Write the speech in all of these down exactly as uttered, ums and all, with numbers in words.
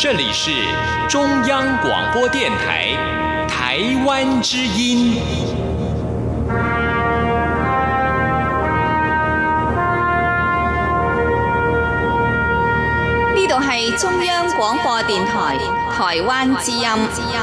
这里是中央广播电台台湾之音。 呢度係中央廣播電台台灣之音。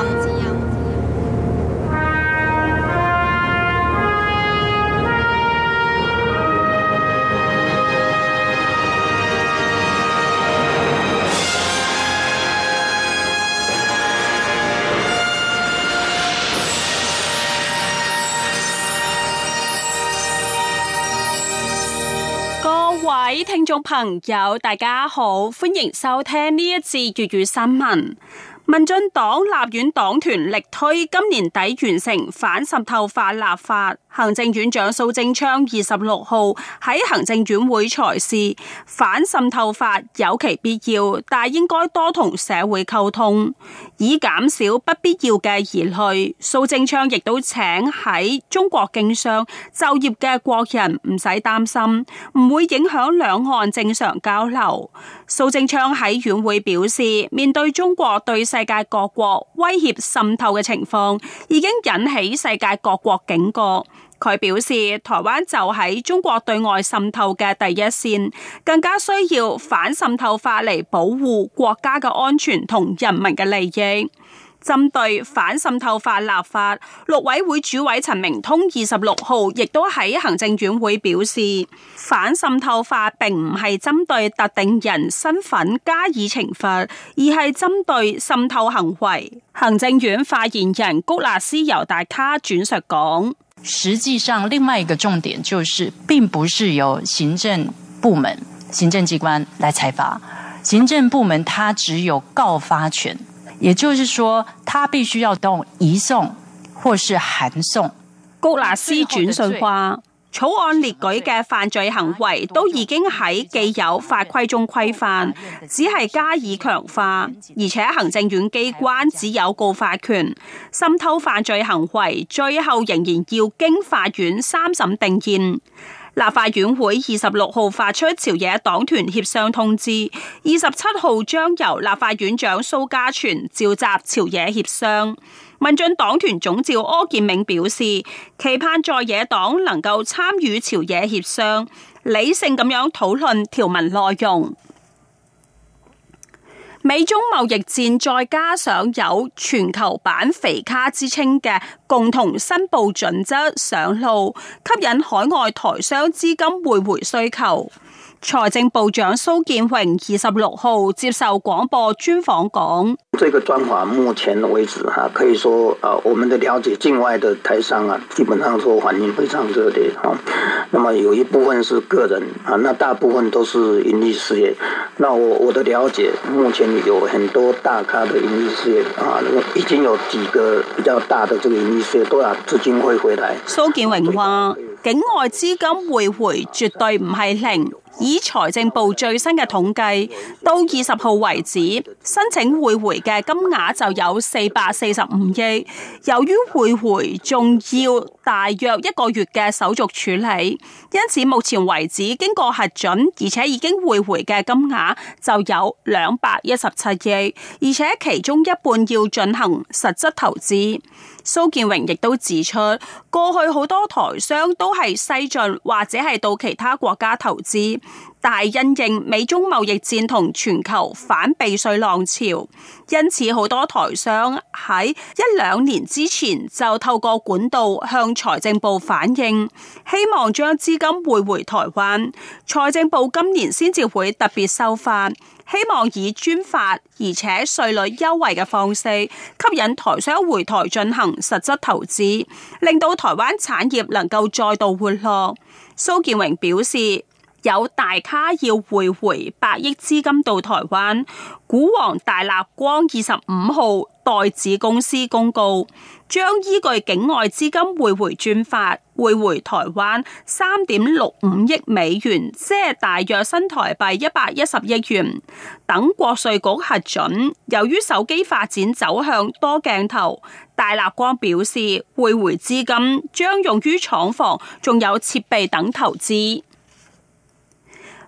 各位聽眾朋友，大家好，歡迎收聽呢一節粵語新聞。民進黨立院黨團力推今年底完成反滲透法立法。行政院長蘇貞昌二十六號喺行政院會裁示，反滲透法有其必要，但應該多同社會溝通，以減少不必要嘅疑慮。蘇貞昌亦都請喺中國經商就業嘅國人唔使擔心，唔會影響兩岸正常交流。蘇貞昌喺院會表示，面對中國對世界各國威脅滲透嘅情況，已經引起世界各國警覺。佢表示，台灣就喺中國對外滲透嘅第一線，更加需要反滲透法嚟保護國家嘅安全同人民嘅利益。針對反滲透法立法，陸委會主委陳明通二十六號亦都喺行政院會表示，反滲透法並唔係針對特定人身份加以懲罰，而係針對滲透行為。行政院發言人谷辣斯尤達卡轉述講， 實際上另外一個重點就是並不是由行政部門、行政機關來裁罰，行政部門它只有告發權，也就是說，他必須要動移送或是函送。 谷辣斯轉述話，草案列舉嘅犯罪行為都已經喺既有法規中規範，只係加以強化，而且行政院機關只有告發權，滲透犯罪行為最後仍然要經法院三審定讞。立法院會二十六號發出朝野黨團協商通知，二十七號將由立法院長蘇嘉全召集朝野協商。民進黨團總召柯建銘表示，期盼在野黨能夠參與朝野協商，理性咁樣討論條文內容。美中貿易戰再加上有全球版肥卡之稱嘅共同申報準則上路，吸引海外台商資金匯回需求。財政部長蘇建榮二十六號接受廣播專訪講， 這個專法目前為止哈，可以說啊，我們的了解，境外的台商啊，基本上說反應非常熱烈哈。那麼有一部分是個人啊，那大部分都是營利事業。那我我的了解，目前有很多大咖的營利事業啊，已經有幾個比較大的這個營利事業都要資金會回來。 蘇建榮話，境外資金匯回絕對唔係零。以財政部最新嘅統計，到二十號為止，申請匯回嘅金額就有四百四十五億。由於匯回仲要大約一個月嘅手續處理，因此目前為止經過核准，而且已經匯回嘅金額就有兩百一十七億，而且其中一半要進行實質投資。蘇建榮亦都指出，過去好多台商都係西進或者係到其他國家投資，但係因應美中貿易戰同全球反避稅浪潮，因此好多台商喺一兩年之前就透過管道向財政部反映，希望將資金匯回台灣。財政部今年先至會特別修法，希望以專法而且稅率優惠嘅方式吸引台商回台進行實質投資，令到台灣產業能夠再度活絡。蘇建榮表示，有大咖要匯回百億資金到台灣，股王大立光二十五號代子公司公告，將依據境外資金匯回專法匯回台灣三點六五億美元，即係大約新台幣一百一十億元，等國稅局核准。由於手機發展走向多鏡頭，大立光表示匯回資金將用於廠房，仲有設備等投資。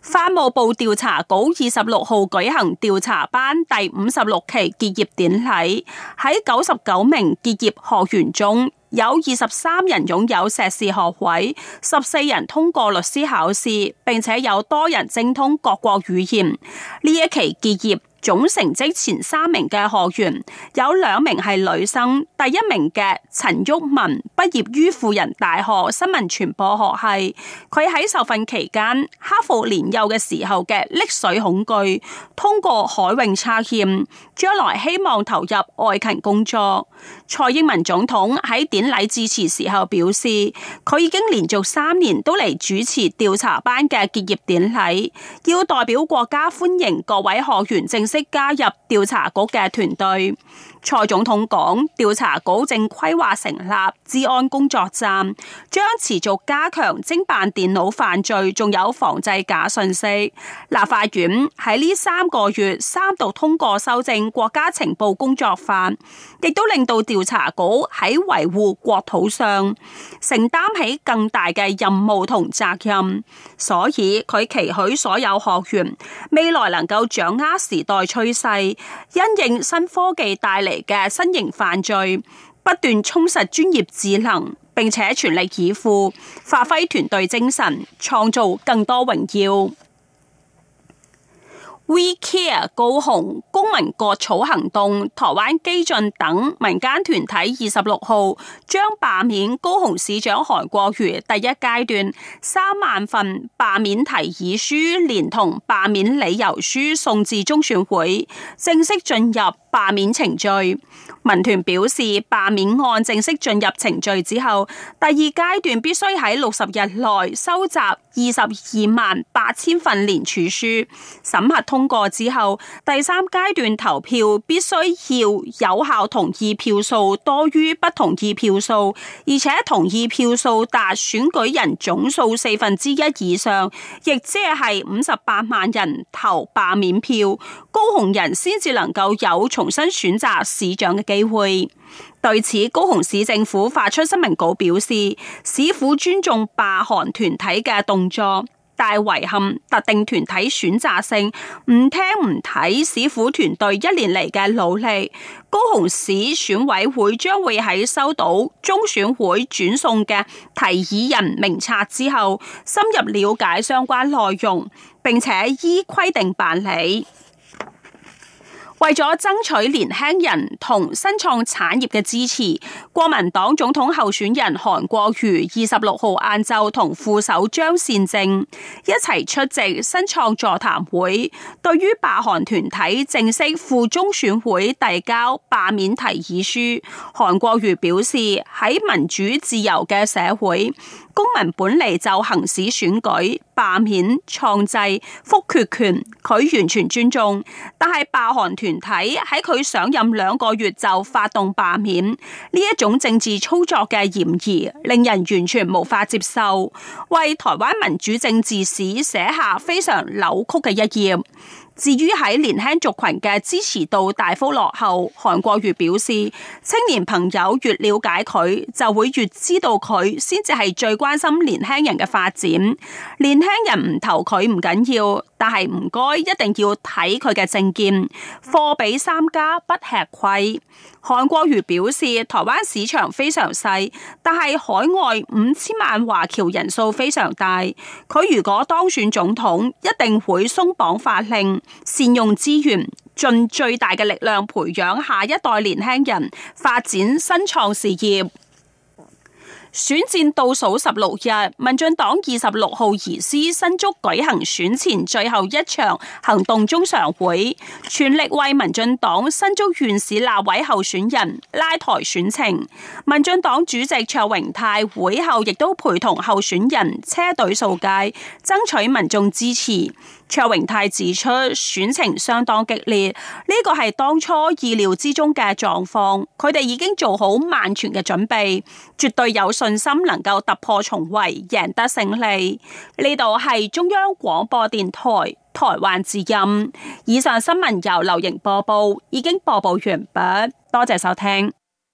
法務部調查局二十六號舉行調查班第五十六期結業典禮，喺九十九名結業學員中，有二十三人擁有碩士學位，十四人通過律師考試，並且有多人精通各國語言。呢一期結業總成績前三名嘅學員有兩名係女生，第一名嘅陳旭文畢業於輔仁大學新聞傳播學系，佢喺受訓期間克服年幼嘅時候嘅溺水恐懼，通過海泳測驗，將來希望投入外勤工作。蔡英文總統喺典禮致辭時候表示，佢已經連續三年都嚟主持調查班嘅結業典禮，要代表國家歡迎各位學員正式加入調查局嘅團隊。蔡總統講，調查局正規劃成立資安工作站，將持續加強偵辦電腦犯罪，仲有防制假訊息。立法院喺呢三個月三讀通過修正國家情報工作法，亦都令到調查局喺維護國土上承擔起更大嘅任務同責任。所以佢期許所有學員未來能夠掌握時代趨勢，因應新科技帶嚟嘅新型犯罪，不斷充實專業智能，並且全力以赴，發揮團隊精神，創造更多榮耀。We Care 高雄公民割草行動、台灣基進等民間團體二十六號將罷免高雄市長韓國瑜第一階段三萬份罷免提議書，連同罷免理由書送至中選會，正式進入罷免程序。民團表示，罷免案正式進入程序之後，第二階段必須喺六十日內收集二十二萬八千份連署書，審核通過之後，第三階段投票必須要有效同意票數多於不同意票數，而且同意票數達選舉人總數四分之一以上，亦即係五十八萬人投罷免票，高雄人先至能夠有重新選擇市長嘅機會。對此，高雄市政府發出新聞稿表示，市府尊重罷韓團體嘅動作，但遺憾特定團體選擇性唔聽唔睇市府團隊一年嚟嘅努力。高雄市選委會將會喺收到中選會轉送嘅提議人名冊之後，深入了解相關內容，並且依規定辦理。為咗爭取年輕人同新創產業嘅支持，國民黨總統候選人韓國瑜二十六號晏晝同副手張善政一齊出席新創座談會，對於罷韓團體正式赴中選會遞交罷免提議書，韓國瑜表示，喺民主自由嘅社會，公民本嚟就行使選舉、罷免、創制、複決權，佢完全尊重。但係罷韓團體喺佢上任兩個月就發動罷免，呢一種政治操作嘅嫌疑，令人完全無法接受，為台灣民主政治史寫下非常扭曲嘅一頁。至於喺年輕族群嘅支持度大幅落後，韓國瑜表示，青年朋友越了解佢，就會越知道佢先至係最關心年輕人嘅發展。年輕人唔投佢唔緊要，但係唔該一定要睇佢嘅政見，貨比三家不吃虧。韓國瑜表示，台灣市場非常細，但係海外五千萬華僑人數非常大。佢如果當選總統，一定會鬆綁法令，善用資源，盡最大嘅力量培養下一代年輕人，發展新創事業。選戰倒數十六日，民進黨二十六號移師新竹舉行選前最後一場行動中常會，全力為民進黨新竹縣市立委候選人拉抬選情。民進黨主席卓榮泰會後亦都陪同候選人車隊掃街，爭取民眾支持。卓榮泰指出，選情相當激烈，呢個係當初意料之中嘅狀況，佢哋已經做好萬全嘅準備，絕對有信心能夠突破重圍，贏得勝利。呢度係中央廣播電台台灣之音。以上新聞由劉瑩播報，已經播報完畢，多謝收聽。